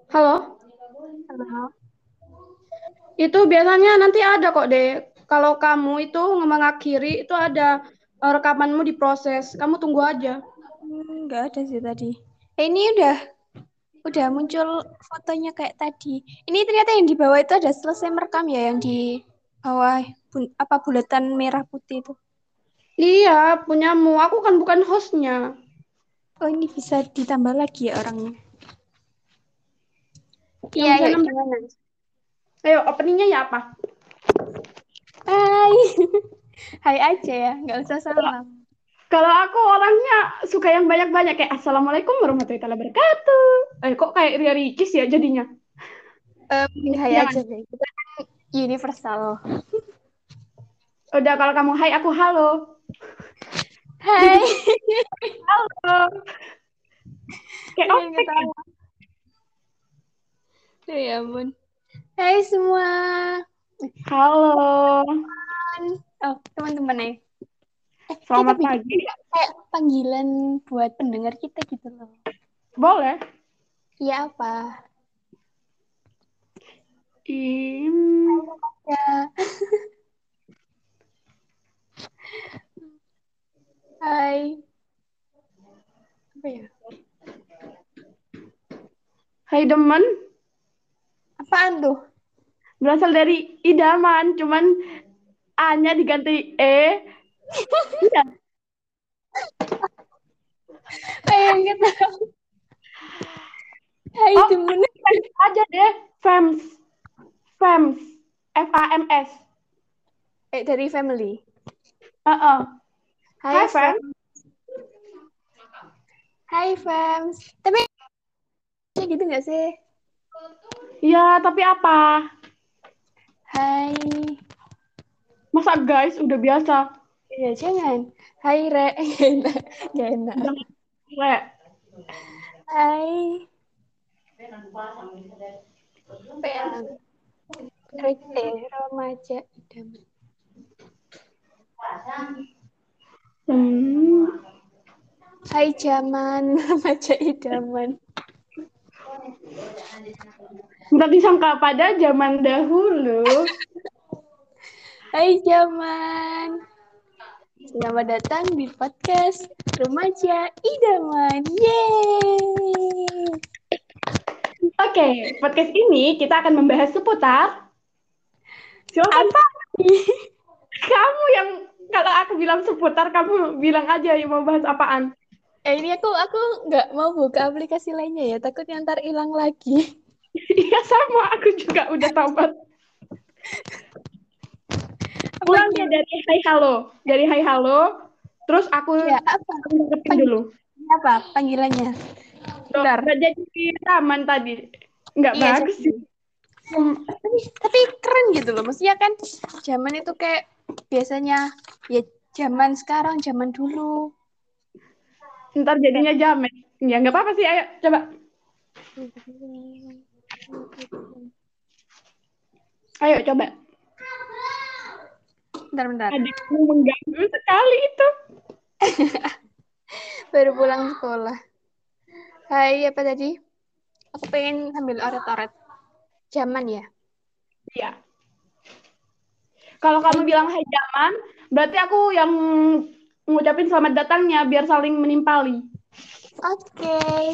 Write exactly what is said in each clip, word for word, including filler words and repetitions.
Halo, Halo. itu biasanya nanti ada kok deh. Kalau kamu itu mengakhiri itu ada eh, rekamanmu diproses. Kamu tunggu aja. Hmm, nggak ada sih tadi. Eh, ini udah udah muncul fotonya kayak tadi. Ini ternyata yang di bawah itu ada selesai merekam ya, yang di bawah bun- apa bulatan merah putih itu. Iya, punyamu. Aku kan bukan hostnya. Oh, ini bisa ditambah lagi ya orangnya. Yang Iya, bisa yuk nambah. gimana? Ayo, openingnya ya apa? Hai. Hai aja ya, nggak usah salam. Kalau aku orangnya suka yang banyak-banyak kayak Assalamualaikum warahmatullahi wabarakatuh. Eh, kok kayak Ria Ricis ya jadinya? Eh, mending hai aja Jangan. deh. Kita kan universal. Udah kalau kamu hai aku halo. Hai. Halo. Kayak Pengen ospek ya. ketawa. Ya ampun. Hai semua. Halo. Oh, teman-teman ya. Eh, kita Selamat bikin pagi. nggak kayak panggilan buat pendengar kita gitu loh. Boleh. Iya apa? Im. Ya. Hai. Apa ya? Hai demen. Apaan tuh? Berasal dari idaman, cuman A-nya diganti E. Iya. Pengen ketawa. Hai Oh, temen. fans aja deh. Fams. Fams. F A M S. Eh, dari family. Heeh. Hai, Hai fam. fam. Hai fams. Tapi kayak gitu nggak sih? Ya, tapi apa? Hai. Masa guys udah biasa. Ya jangan. Hai Re. Gak enak. Gak enak. Udah rek. Hai. Apa ya? Re- Eh, remaja idaman. Hmm. Hai zaman remaja idaman. Nggak disangka pada zaman dahulu. Hai zaman. Selamat datang di podcast Remaja Idaman. Yeay. Oke, podcast ini kita akan membahas seputar. Silakan Apa nih? kamu yang kalau aku bilang seputar, kamu bilang aja yang mau bahas apaan. Eh, ini aku aku nggak mau buka aplikasi lainnya ya, takutnya ntar hilang lagi. Iya sama, aku juga udah tamat. Apa Pulang deh gimana? dari hai halo. Dari hai halo, terus aku Ya, apa? ngerepin dulu. Panggilannya apa? Panggilannya. Loh, Bentar. nggak jadi taman tadi. Nggak Iya, bagus jadi. sih. Hmm, Tapi, tapi keren gitu loh. Maksudnya kan zaman itu kayak biasanya ya zaman sekarang, zaman dulu. ntar jadinya jamet. Ya nggak apa-apa sih, ayo coba. Ayo coba. Bentar, bentar. Adikmu mengganggu sekali itu. Baru pulang sekolah. Hai, apa tadi? Aku pengen sambil oret-oret. Zaman ya? Iya. Kalau kamu Hai. bilang hai zaman, berarti aku yang ngucapin selamat datangnya biar saling menimpali. Oke.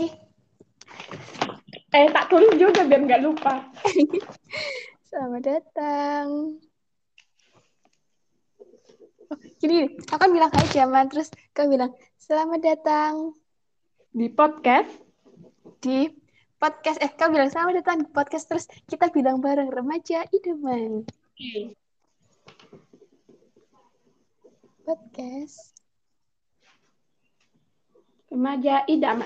Eh, tak tulis juga biar nggak lupa. Selamat datang. Gini, aku kan bilang hai zaman, terus kau bilang selamat datang Di podcast. di podcast. Eh, kau bilang selamat datang di podcast, terus kita bilang bareng remaja idaman. Oke. Podcast. Remaja idaman.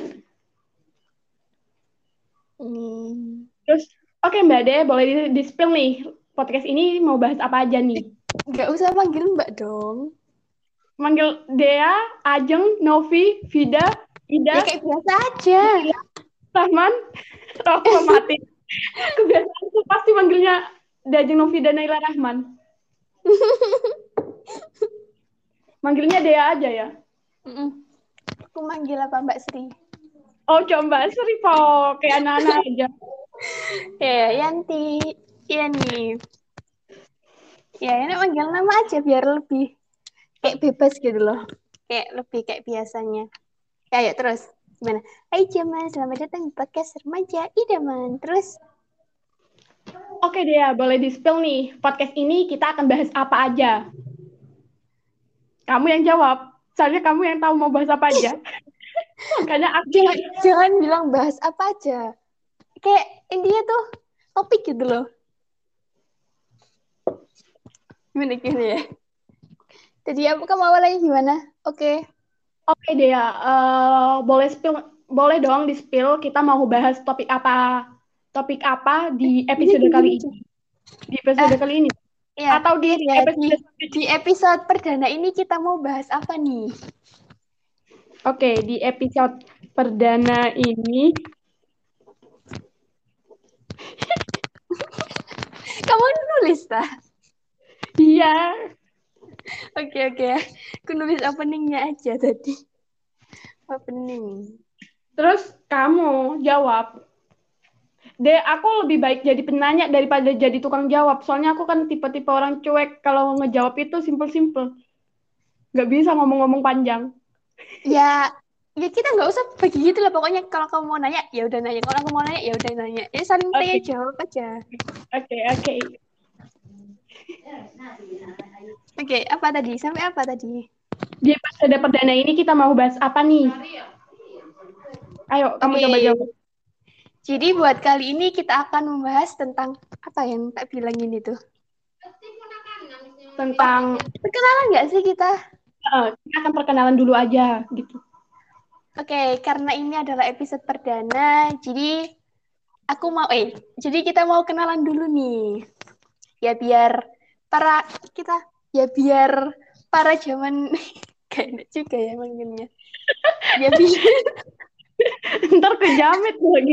Hmm. Terus, oke Mbak De, boleh di, di spill nih. Podcast ini mau bahas apa aja nih? Nggak usah panggil Mbak dong. Manggil Dea, Ajeng, Novi, Vida, Ya Ida, kayak biasa aja. Nabila, Rahman, Rahman mati. Kebiasaan tuh pasti manggilnya Dajeng Novi dan Naila Rahman. Manggilnya Dea aja ya. Mm-mm. Aku manggil apa Mbak Sri? Oh, coba Sri po, kayak anak-anak aja. Ya, Yanti. Iya nih. Ya, ini panggil nama aja biar lebih kayak bebas gitu loh. Kayak lebih kayak biasanya. Ya, ayo terus. Gimana? Hai Jaman, selamat datang di podcast Remaja Idaman. Terus, Oke Dea, boleh di-spill nih. Podcast ini kita akan bahas apa aja. Kamu yang jawab. Soalnya kamu yang tahu mau bahas apa aja. Makanya aku jangan jangan bilang bahas apa aja. Kayak intinya tuh topik gitu loh. Gimana gimana ya? Jadi apa kamu awalnya gimana? Oke. Oke Dea, eh, boleh spill, boleh dong di-spill kita mau bahas topik apa, topik apa di Jadi episode gini kali aja. ini. Di episode Eh, kali ini. iya, Atau di iya dia di episode di selanjutnya. episode perdana ini kita mau bahas apa nih? Oke, di episode perdana ini, Kamu nulis dah. iya. Oke oke. Aku nulis openingnya aja tadi. Opening. Terus kamu jawab. Deh, aku lebih baik jadi penanya daripada jadi tukang jawab. Soalnya aku kan tipe-tipe orang cuek. Kalau ngejawab itu simple-simple. Nggak bisa ngomong-ngomong panjang. Ya, ya kita nggak usah bagi gitu lah. Pokoknya kalau kamu mau nanya, ya udah nanya. Kalau aku mau nanya, ya udah nanya. Ya saling tanya Oke, jawab aja. oke, oke. Oke, apa tadi? Sampai apa tadi? Di episode perdana ini kita mau bahas apa nih? Ayo, kamu Oke, coba jawab. jadi buat kali ini kita akan membahas tentang apa yang tak bilangin itu. Oh, Tentang, perkenalan nggak sih kita? eh, kita akan perkenalan dulu aja, gitu. Oke, karena ini adalah episode perdana, jadi aku mau, eh, jadi kita mau kenalan dulu nih. Ya biar para kita, ya biar para zaman, kayak enak juga ya manggilnya. Ya biar, Ntar kejamet lagi.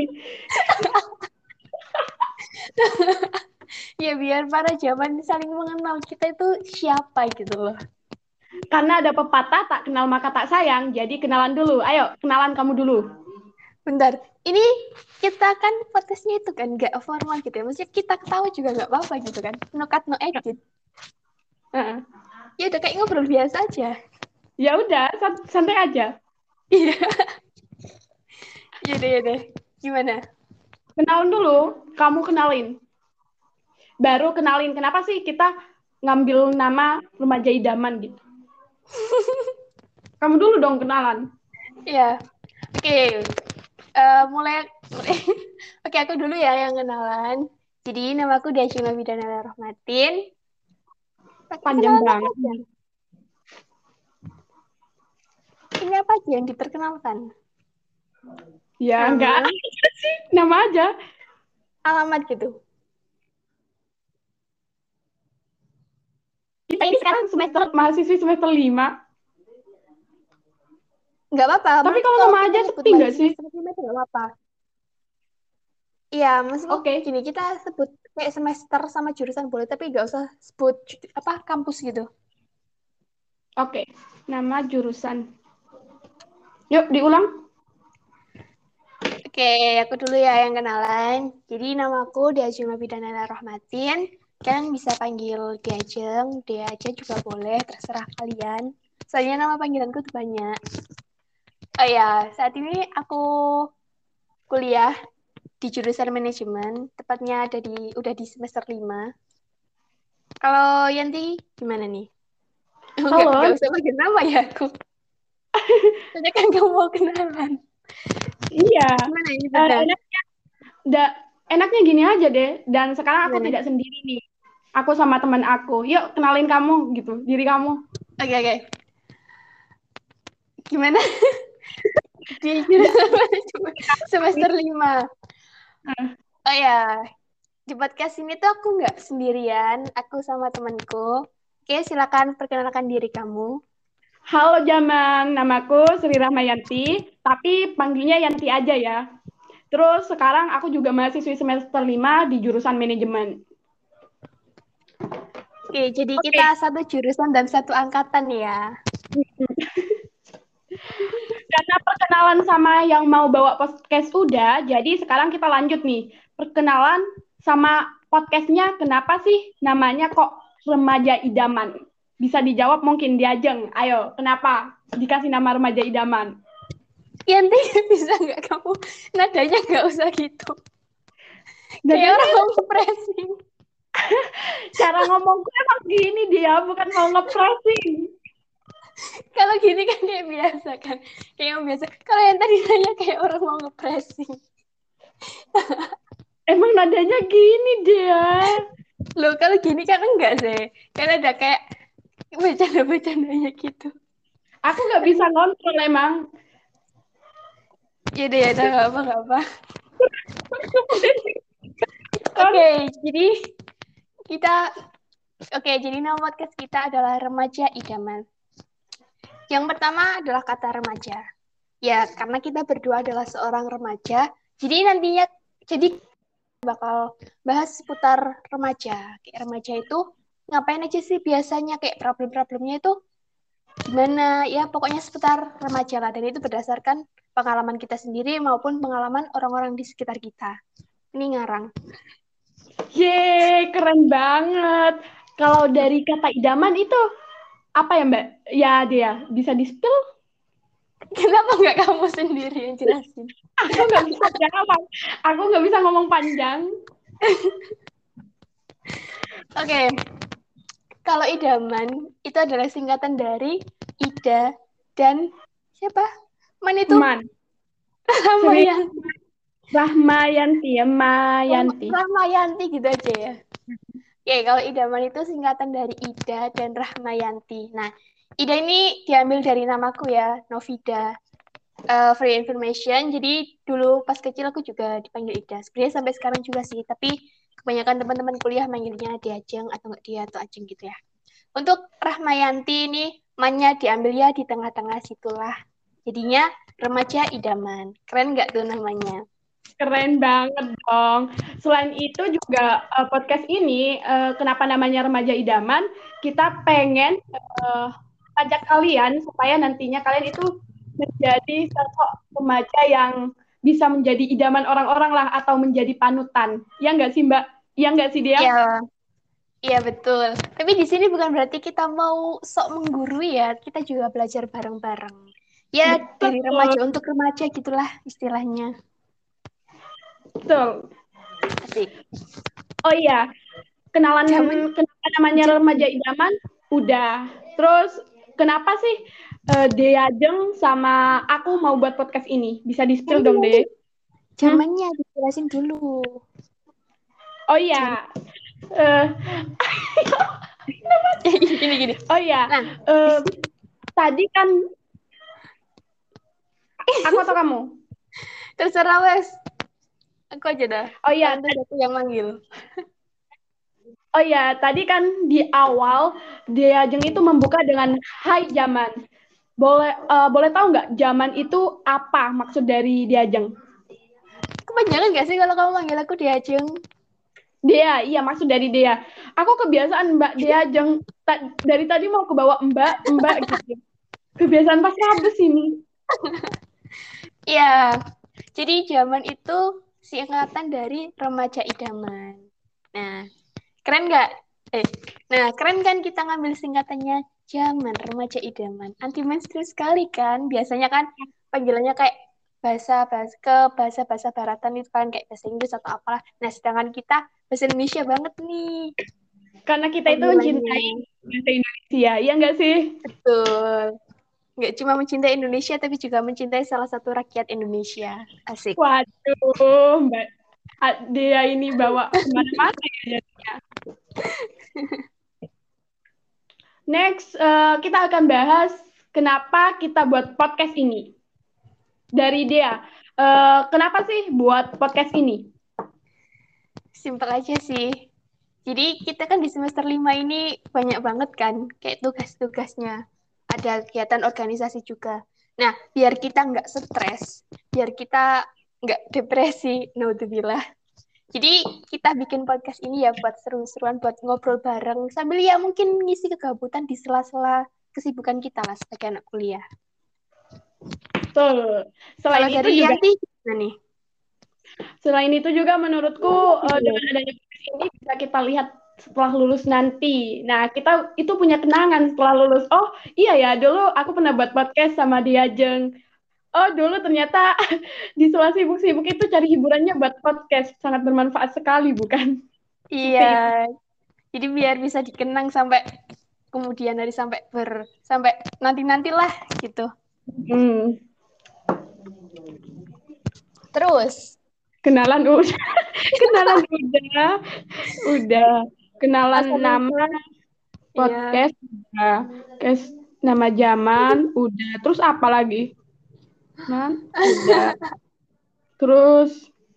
ya biar para zaman saling mengenal kita itu siapa gitu loh. Karena ada pepatah, tak kenal maka tak sayang. Jadi kenalan dulu. Ayo, kenalan kamu dulu. Bentar, ini kita kan podcastnya itu kan nggak formal gitu ya. Maksudnya kita ketawa juga nggak apa-apa gitu kan. No cut, no edit. Heeh. Ya udah kayak ngobrol biasa aja. Ya udah, san- santai aja. Iya, ya deh, ya deh. Gimana? Kenalan dulu, kamu kenalin. Baru kenalin kenapa sih kita ngambil nama remaja idaman gitu. Kamu dulu dong kenalan. Iya, oke. Eh, mulai, mulai. Oke, aku dulu ya yang kenalan. Jadi nama aku Dia Cima Bidana Rahmatin. Panjang Perkenalan apa banget. aja? Ini apa aja yang diperkenalkan? Ya, enggak Nama, ada sih. Nama aja. alamat gitu. Kita ini sekarang semester mahasiswi semester lima. Nggak apa-apa, Tapi maksudnya kalau kalau nama kita aja nyebut sepi nggak mahasiswa sih? semester lima itu nggak apa-apa. Iya, maksudku Oke, gini, kita sebut kayak semester sama jurusan boleh, tapi nggak usah sebut ju- apa kampus gitu. oke. Nama jurusan. Yuk, diulang. Oke, aku dulu ya yang kenalan. Jadi namaku Diajeng Abidana Rahmatin. Kalian bisa panggil Diajeng, Dia aja juga boleh, terserah kalian. Soalnya nama panggilanku tuh banyak. Oh ya, saat ini aku kuliah di jurusan manajemen, tepatnya ada di udah di semester lima. Kalau Yanti gimana nih? Enggak, enggak Halo. usah pakai nama ya aku. Soalnya kan kamu mau kenalan. Iya. Gimana ini Eh, benar? enaknya, da- enaknya gini aja deh. Dan sekarang aku Gimana? tidak sendiri nih. Aku sama teman aku. Yuk, kenalin kamu gitu, diri kamu. Oke, oke. Gimana? Di jurusan manajemen semester lima. Nah, Oh ya, di podcast ini tuh aku nggak sendirian, aku sama temanku. Oke, silakan perkenalkan diri kamu. halo Jaman, namaku Sri Rahmayanti, tapi panggilnya Yanti aja ya. Terus sekarang aku juga mahasiswi semester lima di jurusan manajemen. Oke, jadi Oke, kita satu jurusan dan satu angkatan ya. karena perkenalan sama yang mau bawa podcast udah, jadi sekarang kita lanjut nih. Perkenalan sama podcastnya, kenapa sih namanya kok Remaja Idaman? Bisa dijawab mungkin Diajeng. Ayo, kenapa dikasih nama Remaja Idaman? Yanti bisa nggak kamu nadanya nggak usah gitu. Kayak Nadanya orang mau nge-pressing. cara ngomongku emang gini dia, bukan mau nge-pressing. Kalau gini kan kayak biasa kan. Kayak yang biasa. Kalau yang tadi nanya kayak orang mau nge-pressing. Emang nadanya gini dia. Loh, kalau gini kan enggak sih. Kan ada kayak bercanda-bercandanya gitu. Aku nggak bisa ngontrol emang. Ya deh, ya udah nggak apa nggak apa. Kan? Oke, jadi kita oke, jadi nama podcast kita adalah Remaja Idaman. Yang pertama adalah kata remaja. Ya, karena kita berdua adalah seorang remaja, jadi nantinya jadi bakal bahas seputar remaja. Kayak remaja itu ngapain aja sih biasanya, kayak problem-problemnya itu gimana, ya pokoknya seputar remaja lah. Dan itu berdasarkan pengalaman kita sendiri maupun pengalaman orang-orang di sekitar kita. Ini ngarang. Yeay, keren banget. Kalau dari kata idaman itu apa ya Mbak? Ya dia bisa di-spill? Kenapa nggak kamu sendiri yang jelasin? Aku nggak bisa jawab. Aku nggak bisa ngomong panjang. Oke, okay. Kalau idaman itu adalah singkatan dari Ida dan siapa? Man itu? Man. Rahmayanti. Rahmayanti ya, Mayanti. Rahmayanti gitu aja ya. Oke, okay, kalau idaman itu singkatan dari Ida dan Rahmayanti. Nah, Ida ini diambil dari namaku ya, Novida. Uh, for information, jadi dulu pas kecil aku juga dipanggil Ida. Sebenarnya sampai sekarang juga sih, tapi kebanyakan teman-teman kuliah manggilnya Diajeng atau enggak Dia atau Ajeng gitu ya. Untuk Rahmayanti ini, mannya diambil ya di tengah-tengah situlah. Jadinya Remaja Idaman. Keren nggak tuh namanya? Keren banget dong. Selain itu juga uh, podcast ini, uh, kenapa namanya Remaja Idaman, kita pengen uh, ajak kalian supaya nantinya kalian itu menjadi sosok remaja yang bisa menjadi idaman orang-orang lah atau menjadi panutan. Ya nggak sih Mbak? Ya nggak sih dia? Iya, iya betul. Tapi di sini bukan berarti kita mau sok menggurui ya, kita juga belajar bareng-bareng. Ya, Betul. dari remaja untuk remaja gitulah istilahnya. Betul. Asik. Oh iya, kenalan Jaman, kenapa namanya jaman. Remaja Idaman? Udah. Terus kenapa sih uh, Dea Jeng sama aku mau buat podcast ini? Bisa di-spill dong, Dea. Zamannya hmm? dijelasin dulu. Oh iya. Uh, gini gini. Oh iya. Nah. Uh, tadi kan aku atau kamu? Terserah wes. Aku aja dah. Oh iya. Nanti aku yang manggil. Oh iya, tadi kan di awal Dea Jeng itu membuka dengan Hai Jaman. Boleh uh, boleh tahu nggak Jaman itu apa maksud dari Dea Jeng? Kepanjangan nggak sih kalau kamu manggil aku Dea Jeng? Dea, iya maksud dari Dea. Aku kebiasaan Mbak Dea Jeng. Ta- dari tadi mau kebawa Mbak, Mbak gitu. Kebiasaan pas rabes ini. Iya. Jadi Jaman itu singkatan dari Remaja Idaman. Nah, keren nggak? Eh, nah keren kan kita ngambil singkatannya Jaman, Remaja Idaman. Anti mainstream sekali kan? Biasanya kan panggilannya kayak bahasa bahasa ke bahasa bahasa baratan itu kan kayak bahasa Inggris atau apalah. Nah, sedangkan kita bahasa Indonesia banget nih. Karena kita itu mencintai bahasa Indonesia, iya nggak sih? Betul. Nggak cuma mencintai Indonesia, tapi juga mencintai salah satu rakyat Indonesia. Asik. Waduh, Mbak Dea ini bawa kemana-mana ya jadinya. Next, uh, kita akan bahas kenapa kita buat podcast ini. Dari Dea, uh, kenapa sih buat podcast ini? Simpel aja sih. Jadi kita kan di semester lima ini banyak banget kan, kayak tugas-tugasnya. Ada kegiatan organisasi juga. Nah, biar kita nggak stres, biar kita nggak depresi, naudzubillah. Jadi kita bikin podcast ini ya buat seru-seruan, buat ngobrol bareng, sambil ya mungkin ngisi kegabutan di sela-sela kesibukan kita lah sebagai anak kuliah. Betul. Kalau Selain itu dari juga Yanti gimana nih? Selain itu juga menurutku uh, Iya. dengan adanya podcast ini bisa kita lihat setelah lulus nanti. Nah, kita itu punya kenangan setelah lulus. Oh, iya ya, dulu aku pernah buat podcast sama dia, Jeng. Oh, dulu ternyata di sela sibuk-sibuk itu cari hiburannya buat podcast. Sangat bermanfaat sekali, bukan? Iya, Seperti itu. jadi biar bisa dikenang sampai kemudian hari sampai ber sampai nanti-nantilah gitu. Hmm. Terus Kenalan udah. Kenalan udah. Udah. Kenalan masa nama itu, iya. podcast udah. Kes nama zaman udah. Terus apa lagi? Nah, udah. Terus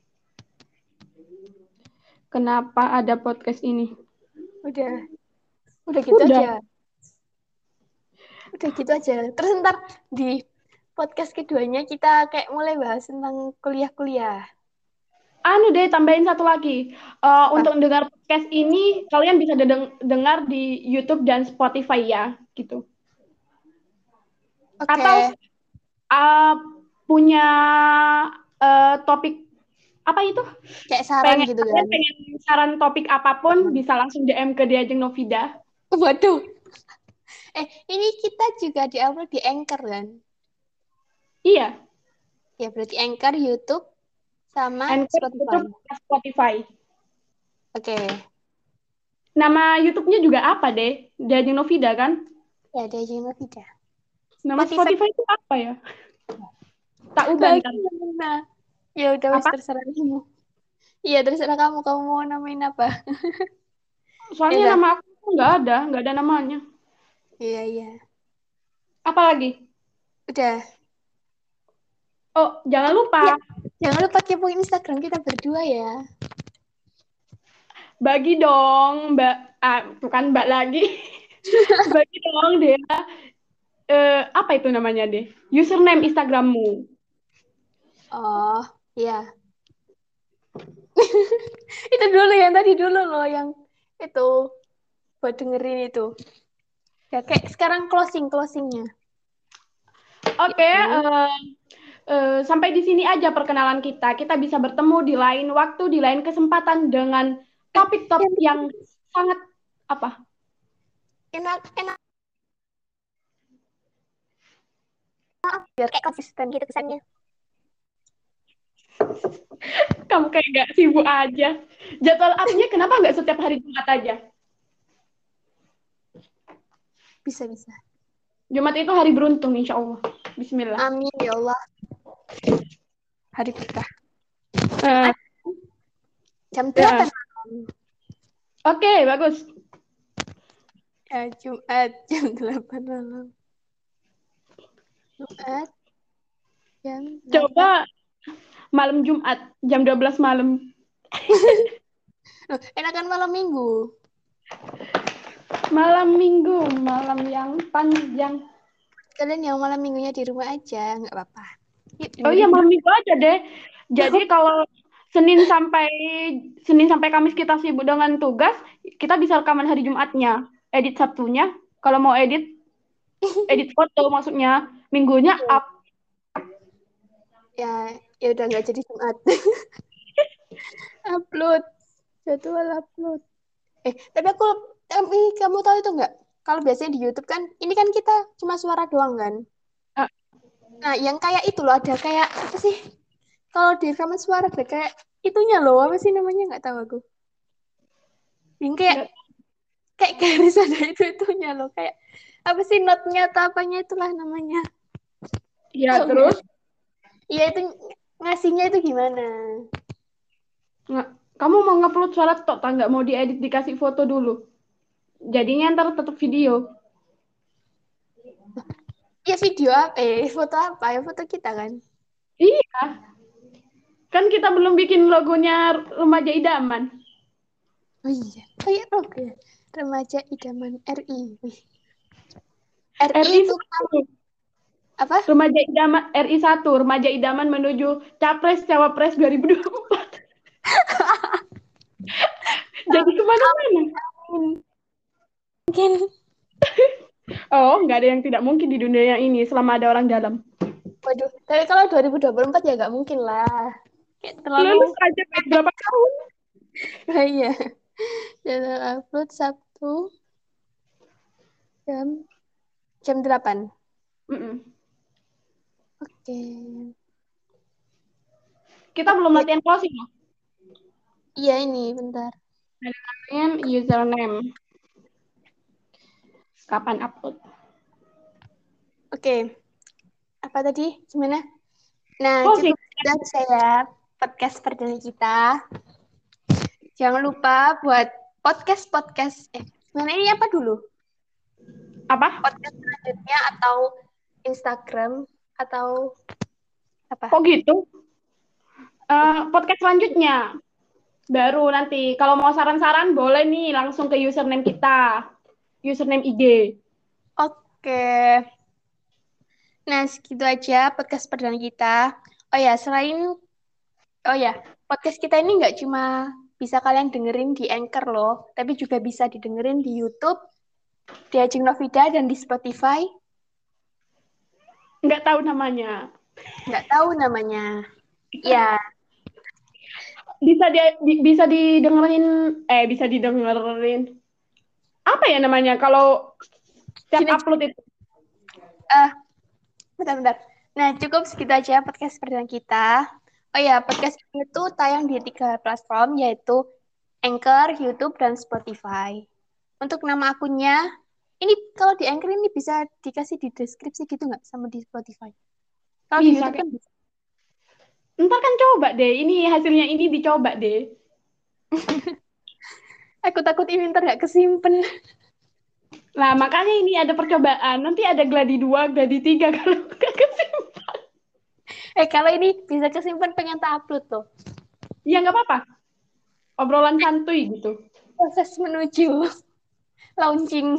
kenapa ada podcast ini? Udah, udah gitu Udah. aja. Udah gitu aja. Terus ntar di podcast keduanya kita kayak mulai bahas tentang kuliah-kuliah. Anu deh, tambahin satu lagi. Eh, Apa? untuk dengar podcast ini, kalian bisa deng- dengar di YouTube dan Spotify ya, gitu. Atau Oke. eh, punya eh, topik apa itu? Kayak saran Pengen gitu kalian kan. pengen saran topik apapun, bisa langsung D M ke Diajeng Novida. Waduh. Eh, ini kita juga di-upload di Anchor kan? Iya, Ya, berarti Anchor, YouTube, sama Anchor, Spotify. YouTube, Spotify. Oke. Nama YouTube-nya juga apa deh? Diajeng Novida kan? Ya, ada yang Novida. Nama Spotify Spotify itu apa ya? Tak ubah ntar. bagaimana? Ya udah wes Apa? terserah kamu. Iya, terserah kamu. Kamu mau namain apa? Ya Soalnya udah. nama aku nggak ada, nggak ada namanya. Iya, iya. Apa lagi? Udah. Oh, jangan lupa Ya, jangan lupa kepoin Instagram kita berdua ya. bagi dong, Mbak. Ah, bukan Mbak lagi. Bagi dong deh. Eh, apa itu namanya deh? Username Instagrammu. Oh, iya. Itu dulu yang tadi dulu loh yang itu buat dengerin itu. Ya kayak sekarang closing closingnya. Oke, Yaitu, eh, eh, sampai di sini aja perkenalan kita. Kita bisa bertemu di lain waktu, di lain kesempatan dengan eh topik-topik yang yang sangat apa? enak enak biar kayak konsisten gitu kesannya. Kamu kayak gak sibuk aja. Jadwal up-nya kenapa nggak setiap hari Jumat aja? Bisa bisa. Jumat itu hari beruntung, insya Allah. Bismillah. Amin ya Allah. Hari berkah. Eh, Jumat jam ya. delapan. Oke, bagus. Ya, Jumat jam delapan malam. Jumat jam delapan. Coba malam Jumat, jam dua belas malam. Loh, enakan malam Minggu. Malam Minggu, malam yang panjang. Kalian yang malam minggunya di rumah aja, nggak apa-apa. Yuk, Oh iya, dengerin. malam Minggu aja deh. Jadi kalau Senin sampai Senin sampai Kamis kita sibuk dengan tugas, kita bisa rekaman hari Jumatnya, edit Sabtunya. Kalau mau edit, edit foto maksudnya, minggunya up. Ya, ya udah nggak jadi Jumat. Upload. Jadwal upload. Eh, tapi aku, tapi kamu tahu itu nggak? Kalau biasanya di YouTube kan, ini kan kita cuma suara doang kan? Ah, Nah, yang kayak itu loh, ada kayak, apa sih? Kalau di rekaman suara ada kayak itunya loh, apa sih namanya? Nggak tahu aku. Yang kayak, nggak- kayak garis ada itu-itunya loh. Kayak, apa sih notnya atau apanya itulah namanya. ya Tahu nggak? terus Iya, itu ngasihnya itu gimana? nggak, kamu mau ngupload suara tok, tak nggak mau diedit dikasih foto dulu. Jadinya ntar tetap video. Ya video apa? Eh, foto apa? Ya foto kita kan? Iya, kan kita belum bikin logonya remaja idaman. Oh iya. Oh iya, oke. Remaja Idaman R I. Wih. R I R I itu satu, apa? remaja idaman R I satu, remaja idaman menuju capres cawapres dua ribu dua puluh empat. Jadi kemana-mana. Mungkin Oh, nggak ada yang tidak mungkin di dunia ini selama ada orang dalam. Waduh, tapi kalau dua ribu dua puluh empat ya nggak mungkin lah. Kayak Lulus terlalu... aja berapa tahun? Oh iya. Jadwal upload Sabtu jam jam delapan. Mm-mm. Oke. Kita belum Oke. latihan closing loh. Iya ini, bentar. Latihan username. Kapan upload? Oke. Apa tadi? Gimana? Nah, Closing. cukup sudah saya podcast perdana kita. Jangan lupa buat podcast-podcast. Eh, gimana ini apa dulu? Apa? Podcast selanjutnya atau Instagram atau apa? Kok gitu? Eh, podcast selanjutnya. Baru nanti. Kalau mau saran-saran boleh nih langsung ke username kita. Username I G. Oke. Nah, segitu aja podcast perdana kita. Oh ya, selain oh ya, podcast kita ini nggak cuma bisa kalian dengerin di Anchor loh, tapi juga bisa didengerin di YouTube, di Ajeng Novida, dan di Spotify. Nggak tahu namanya. Nggak tahu namanya. Ya, Bisa dia di- bisa didengerin eh bisa didengerin. Apa ya namanya kalau setiap gini, upload itu? eh bentar-bentar. Nah, cukup segitu aja podcast perdana kita. Oh ya, podcast ini tuh tayang di tiga platform, yaitu Anchor, YouTube, dan Spotify. Untuk nama akunnya, ini kalau di Anchor ini bisa dikasih di deskripsi gitu nggak sama di Spotify? Kalau di Bisa YouTube kayak. kan bisa. Ntar kan coba deh. Ini hasilnya ini dicoba deh. Aku takut ini ntar nggak kesimpen. Nah, makanya ini ada percobaan. Nanti ada gladi dua, gladi tiga kalau nggak kesimpan. Eh, kalau ini bisa kesimpan pengen tak upload tuh. Ya nggak apa-apa. Obrolan santuy gitu. Proses menuju launching.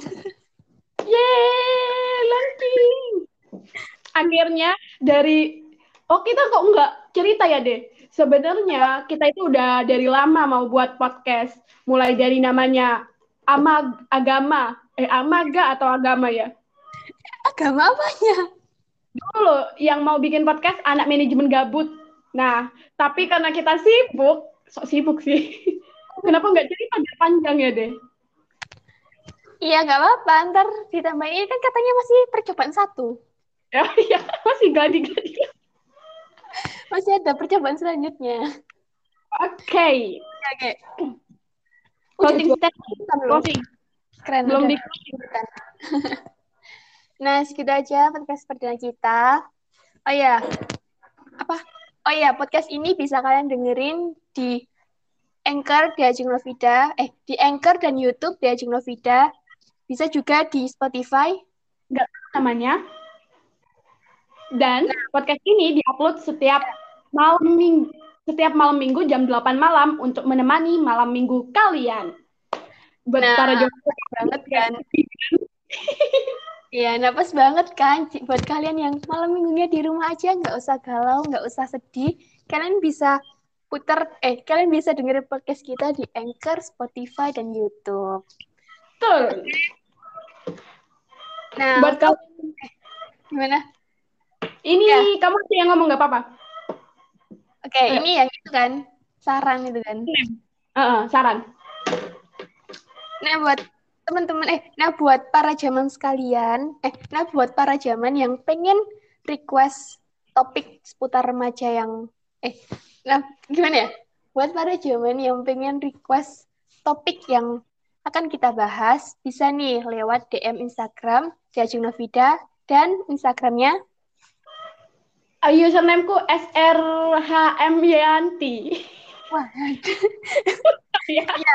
Yeay, launching. Akhirnya dari oh kita kok nggak cerita ya deh. Sebenarnya kita itu udah dari lama mau buat podcast. Mulai dari namanya Ama Agama, eh Amaga atau Agama ya. Agama apanya? Dulu loh yang mau bikin podcast anak manajemen gabut. Nah, tapi karena kita sibuk, sok sibuk sih. Kenapa nggak cerita biar panjang ya deh? Iya, nggak apa-apa. Ntar ditambahin. Ini kan katanya masih percobaan satu. Ya, ya masih gladi-gladi. Masih ada percobaan selanjutnya. Oke. Oke. Udah Closing dua statement. bulan loh. Closing. Keren, Belum udah di bulan. Nah, segitu aja podcast perdana kita. Oh ya, apa? Oh ya, podcast ini bisa kalian dengerin di Anchor di Ajeng Novida, eh di Anchor dan YouTube di Ajeng Novida. Bisa juga di Spotify. nggak tahu namanya. Dan podcast ini diupload setiap malam minggu, setiap malam minggu jam delapan malam untuk menemani malam minggu kalian. Buat Nah, para jomblo banget kan? Iya, napas banget kan buat kalian yang malam minggunya di rumah aja, nggak usah galau, nggak usah sedih. Kalian bisa putar, eh kalian bisa dengerin podcast kita di Anchor, Spotify, dan YouTube. Betul. Nah, Buat untuk kalian gimana? ini Ya, kamu aja yang ngomong nggak apa-apa. oke, Ayo. ini yang itu kan, saran itu kan. Uh, saran. Nah, buat teman-teman, eh, nah buat para zaman sekalian, eh, nah buat para zaman yang pengen request topik seputar remaja yang, eh, nah gimana ya? Buat para zaman yang pengen request topik yang akan kita bahas, bisa nih lewat D M Instagram di Ajeng Novida dan Instagramnya. Uh, usernameku S R H M Yanti. Wah, Ya. ya,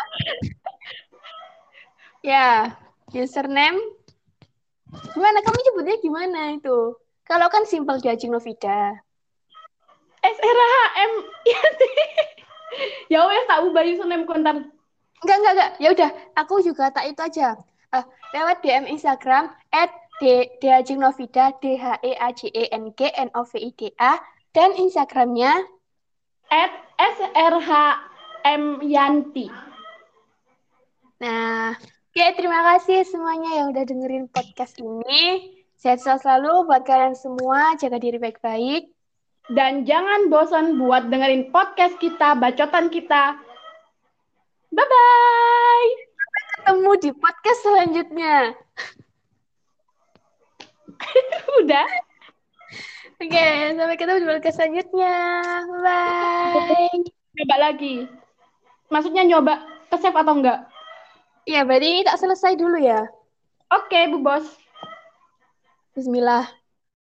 ya, username. Gimana? Kamu nyebutnya gimana itu? Kalau kan simpel di Ajeng Novida. S R H M Yanti. Ya wes tak ubah username kontan. Enggak, enggak, enggak. Ya udah, aku juga tak itu aja. Uh, lewat D M Instagram at Novida, D H E A J E N G N O V I D A, dan Instagramnya At S R H M Yanti. Nah, oke, terima kasih semuanya yang udah dengerin podcast ini. Sehat-sehat selalu buat kalian semua, jaga diri baik-baik. Dan jangan bosan buat dengerin podcast kita, bacotan kita. Bye-bye. Ketemu di podcast selanjutnya. Udah. Oke, sampai ketemu di podcast selanjutnya. Bye. Coba lagi. Maksudnya nyoba ke save atau enggak? Iya, berarti ini tak selesai dulu ya. Oke, Bu Bos. Bismillah.